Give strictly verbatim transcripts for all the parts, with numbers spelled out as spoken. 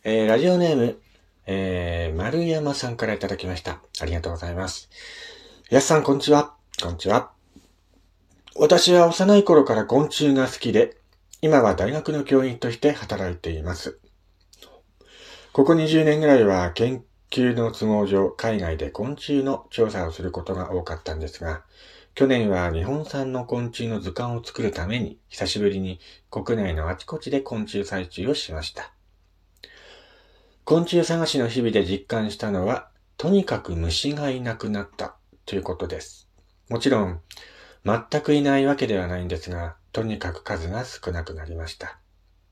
えー、ラジオネーム、えー、丸山さんからいただきました。ありがとうございます。やすさん、こんにちは。こんにちは。私は幼い頃から昆虫が好きで、今は大学の教員として働いています。ここにじゅうねんぐらいは研究の都合上、海外で昆虫の調査をすることが多かったんですが、去年は日本産の昆虫の図鑑を作るために、久しぶりに国内のあちこちで昆虫採集をしました。昆虫探しの日々で実感したのは、とにかく虫がいなくなったということです。もちろん、全くいないわけではないんですが、とにかく数が少なくなりました。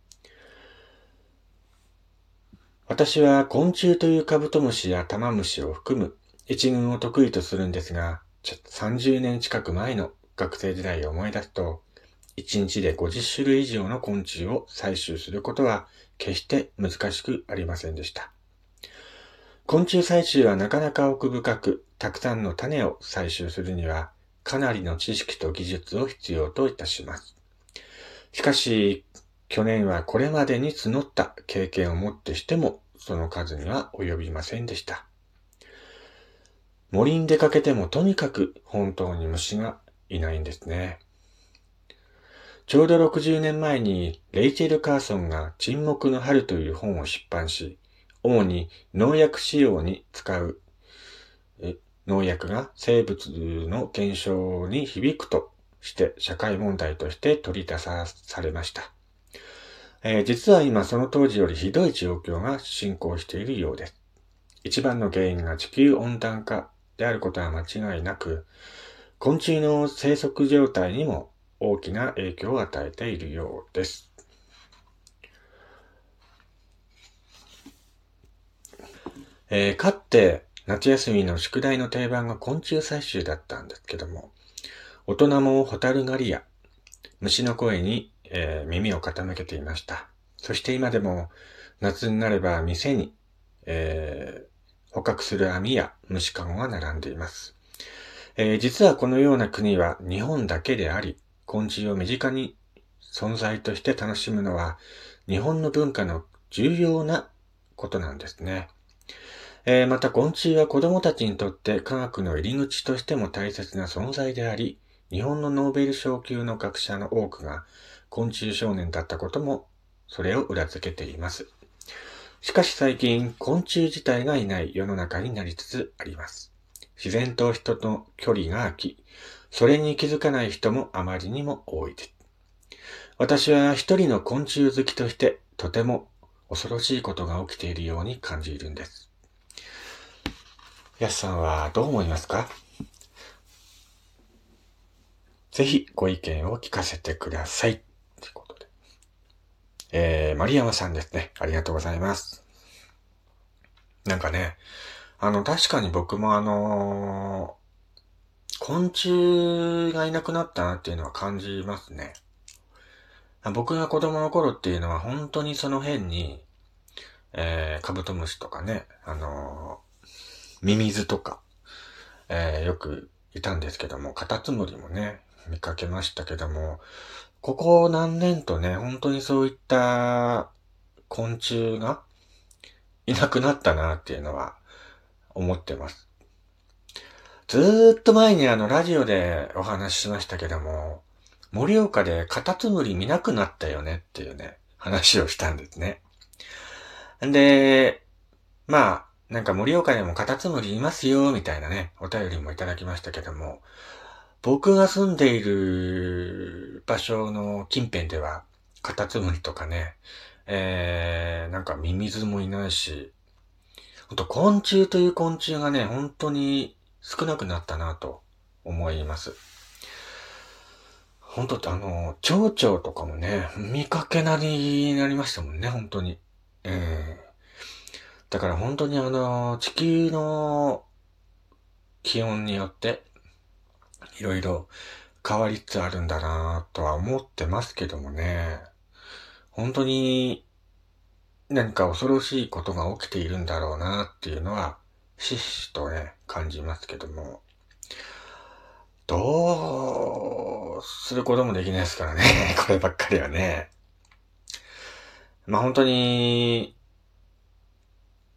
私は昆虫というカブトムシやタマムシを含む一群を得意とするんですが、さんじゅうねん近く前の学生時代を思い出すと、いちにちでごじゅっしゅるい以上の昆虫を採集することは決して難しくありませんでした。昆虫採集はなかなか奥深く、たくさんの種を採集するには、かなりの知識と技術を必要といたします。しかし、去年はこれまでに募った経験をもってしても、その数には及びませんでした。森に出かけてもとにかく本当に虫がいないんですね。ちょうどろくじゅうねんまえにレイチェル・カーソンが沈黙の春という本を出版し、主に農薬使用に使う農薬が生物の減少に響くとして社会問題として取り出されました。えー、実は今その当時よりひどい状況が進行しているようです。一番の原因が地球温暖化であることは間違いなく、昆虫の生息状態にも大きな影響を与えているようです。えー、かつて夏休みの宿題の定番が昆虫採集だったんですけども、大人もホタル狩りや虫の声に、えー、耳を傾けていました。そして今でも夏になれば店に、えー、捕獲する網や虫かごが並んでいます。えー、実はこのような国は日本だけであり、昆虫を身近に存在として楽しむのは日本の文化の重要なことなんですね。えー、また昆虫は子供たちにとって科学の入り口としても大切な存在であり、日本のノーベル賞級の学者の多くが昆虫少年だったこともそれを裏付けています。しかし最近昆虫自体がいない世の中になりつつあります。自然と人と距離が空き、それに気づかない人もあまりにも多いです。私は一人の昆虫好きとしてとても恐ろしいことが起きているように感じるんです。やすさんはどう思いますか？ぜひご意見を聞かせてください。ということで。えー、丸山さんですね。ありがとうございます。なんかね、あの、確かに僕もあのー、昆虫がいなくなったなっていうのは感じますね。僕が子供の頃っていうのは本当にその辺に、えー、カブトムシとかね、あのー、ミミズとか、えー、よくいたんですけども、カタツムリもね、見かけましたけども、ここ何年とね、本当にそういった昆虫がいなくなったなっていうのは思ってます。ずーっと前にあのラジオでお話ししましたけども、盛岡でカタツムリ見なくなったよねっていうね、話をしたんですね。んで、まあ、なんか盛岡でもカタツムリいますよ、みたいなね、お便りもいただきましたけども、僕が住んでいる場所の近辺では、カタツムリとかね、えー、なんかミミズもいないし、ほんと昆虫という昆虫がね、本当に少なくなったなと思います。本当あの、蝶々とかもね、見かけなりになりましたもんね、本当に。えー、だから本当にあの、地球の気温によって、いろいろ変わりつつあるんだなとは思ってますけどもね。本当に何か恐ろしいことが起きているんだろうなっていうのは、ひしひしとね、感じますけども。どうすることもできないですからね。こればっかりはね。まあ本当に、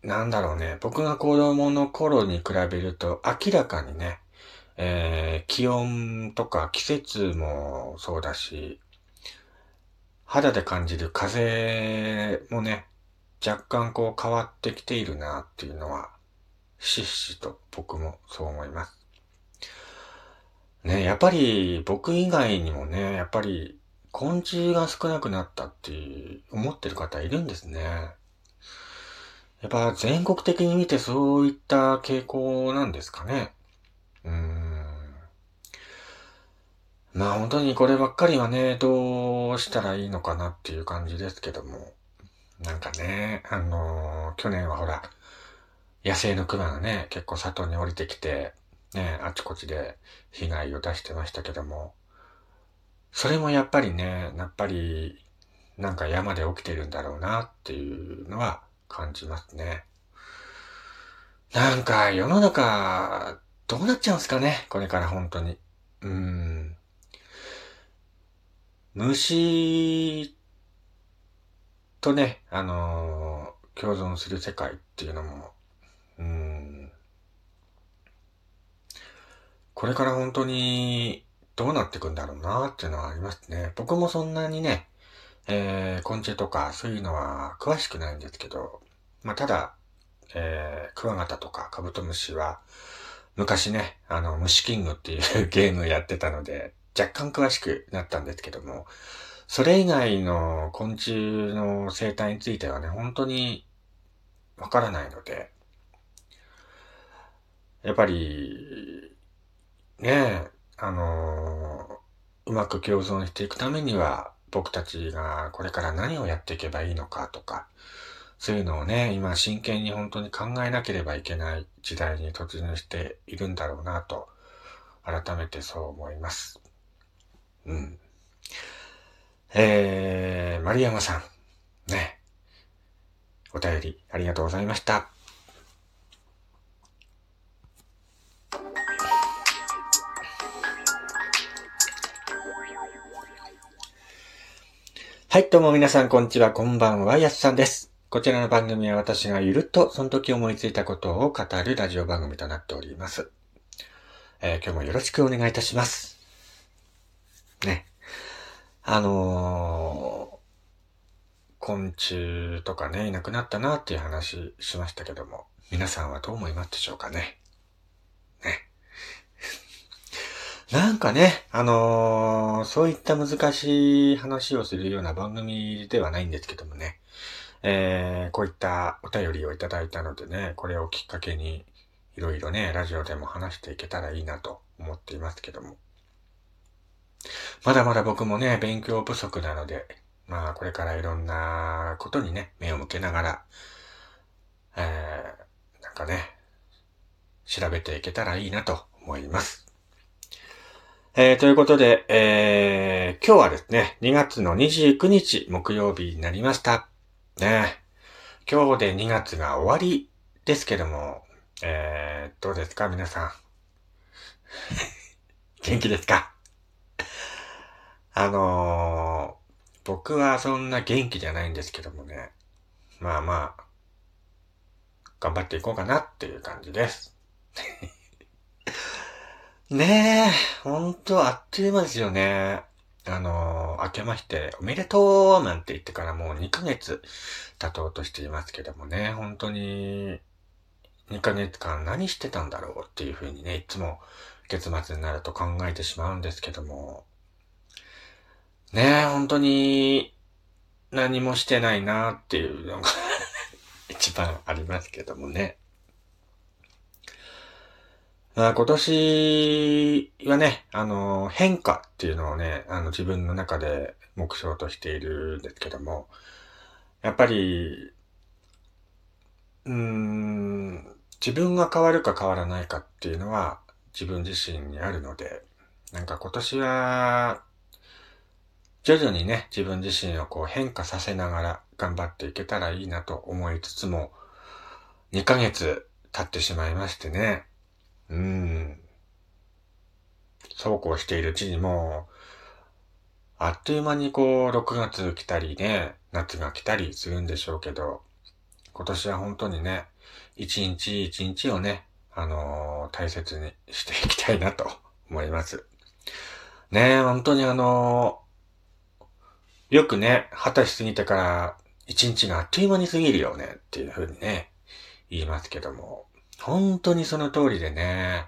なんだろうね、僕が子供の頃に比べると明らかにね、えー、気温とか季節もそうだし、肌で感じる風もね、若干こう変わってきているなっていうのは、ひしひしと僕もそう思います。ね、やっぱり僕以外にもね、やっぱり昆虫が少なくなったって思ってる方いるんですね。やっぱ全国的に見てそういった傾向なんですかね。うーん。まあ本当にこればっかりはね、どうしたらいいのかなっていう感じですけども。なんかね、あのー去年はほら、野生のクマがね、結構里に降りてきて、ね、あちこちで被害を出してましたけども、それもやっぱりね、やっぱり、なんか山で起きてるんだろうなっていうのは感じますね。なんか世の中、どうなっちゃうんすかね、これから本当に。うーん。虫とね、あのー共存する世界っていうのも、うーん、これから本当にどうなっていくんだろうなっていうのはありますね。僕もそんなにね、えー、昆虫とかそういうのは詳しくないんですけど、まあ、ただ、えー、クワガタとかカブトムシは、昔ね、あの、虫キングっていうゲームやってたので、若干詳しくなったんですけども、それ以外の昆虫の生態についてはね、本当にわからないので、やっぱり、ねえ、あのーうまく共存していくためには、僕たちがこれから何をやっていけばいいのかとか、そういうのをね、今真剣に本当に考えなければいけない時代に突入しているんだろうなと、改めてそう思います。うん。えー、丸山さん、ね、お便りありがとうございました。はい、どうも皆さんこんにちは、こんばんは、やすさんです。こちらの番組は私がゆるっとその時思いついたことを語るラジオ番組となっております。えー、今日もよろしくお願いいたします。ね。あのー、昆虫とかね、いなくなったなっていう話しましたけども、皆さんはどう思いますでしょうかね。ね。なんかね、あのー、そういった難しい話をするような番組ではないんですけどもね、えー、こういったお便りをいただいたのでね、これをきっかけに、いろいろね、ラジオでも話していけたらいいなと思っていますけども。まだまだ僕もね、勉強不足なので、まあ、これからいろんなことにね、目を向けながら、えー、なんかね、調べていけたらいいなと思います。えー、ということで、えー、今日はですね、にがつのにじゅうくにち木曜日になりました。ね、今日でにがつが終わりですけども、えー、どうですか皆さん。元気ですか？あのー、僕はそんな元気じゃないんですけどもね。まあまあ、頑張っていこうかなっていう感じです。ねえ、ほんとあっという間ですよね。あのー、明けましておめでとうなんて言ってからもうにかげつ経とうとしていますけどもね、本当ににかげつかん何してたんだろうっていうふうにね、いつも月末になると考えてしまうんですけども、ねえ、本当に何もしてないなっていうのが一番ありますけどもね。まあ、今年はね、あの、変化っていうのをね、あの自分の中で目標としているんですけども、やっぱり、うーん、自分が変わるか変わらないかっていうのは自分自身にあるので、なんか今年は徐々にね、自分自身をこう変化させながら頑張っていけたらいいなと思いつつも、にかげつ経ってしまいましてね。うーん。そうこうしているうちにもう、あっという間にこう、ろくがつ来たりね、夏が来たりするんでしょうけど、 今年は本当にね、一日一日をね、あのー、大切にしていきたいなと思います。ねえ、本当にあのー、よくね、二十歳過ぎてから一日があっという間に過ぎるよねっていう風にね、言いますけども、本当にその通りでね、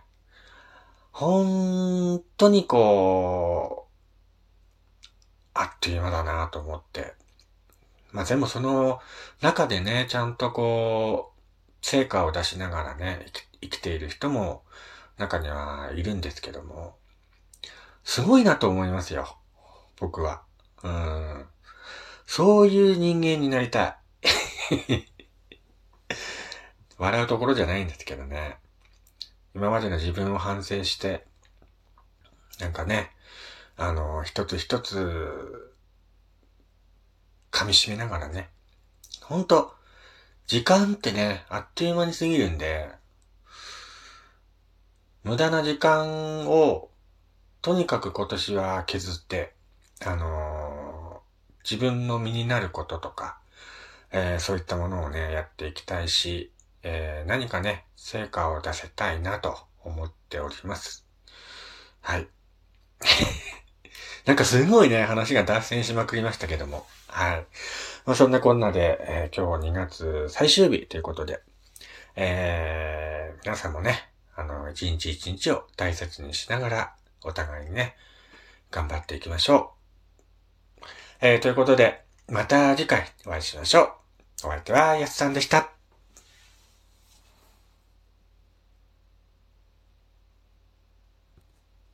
本当にこう、あっという間だなと思って。まあでもその中でね、ちゃんとこう、成果を出しながらね、生き、生きている人も中にはいるんですけども、すごいなと思いますよ。僕は。うん。そういう人間になりたい。笑うところじゃないんですけどね。今までの自分を反省して、なんかね、あの、一つ一つ噛み締めながらね。ほんと、時間ってね、あっという間に過ぎるんで、無駄な時間を、とにかく今年は削って、あのー自分の身になることとか、えーそういったものをね、やっていきたいし、えー何かね、成果を出せたいなと思っております。はい。なんかすごいね、話が脱線しまくりましたけども。はい。まあ、そんなこんなで、えー今日にがつ最終日ということで、えー皆さんもね、あの、一日一日を大切にしながら、お互いにね、頑張っていきましょう。えーということで、また次回お会いしましょう。お相手はやすさんでした。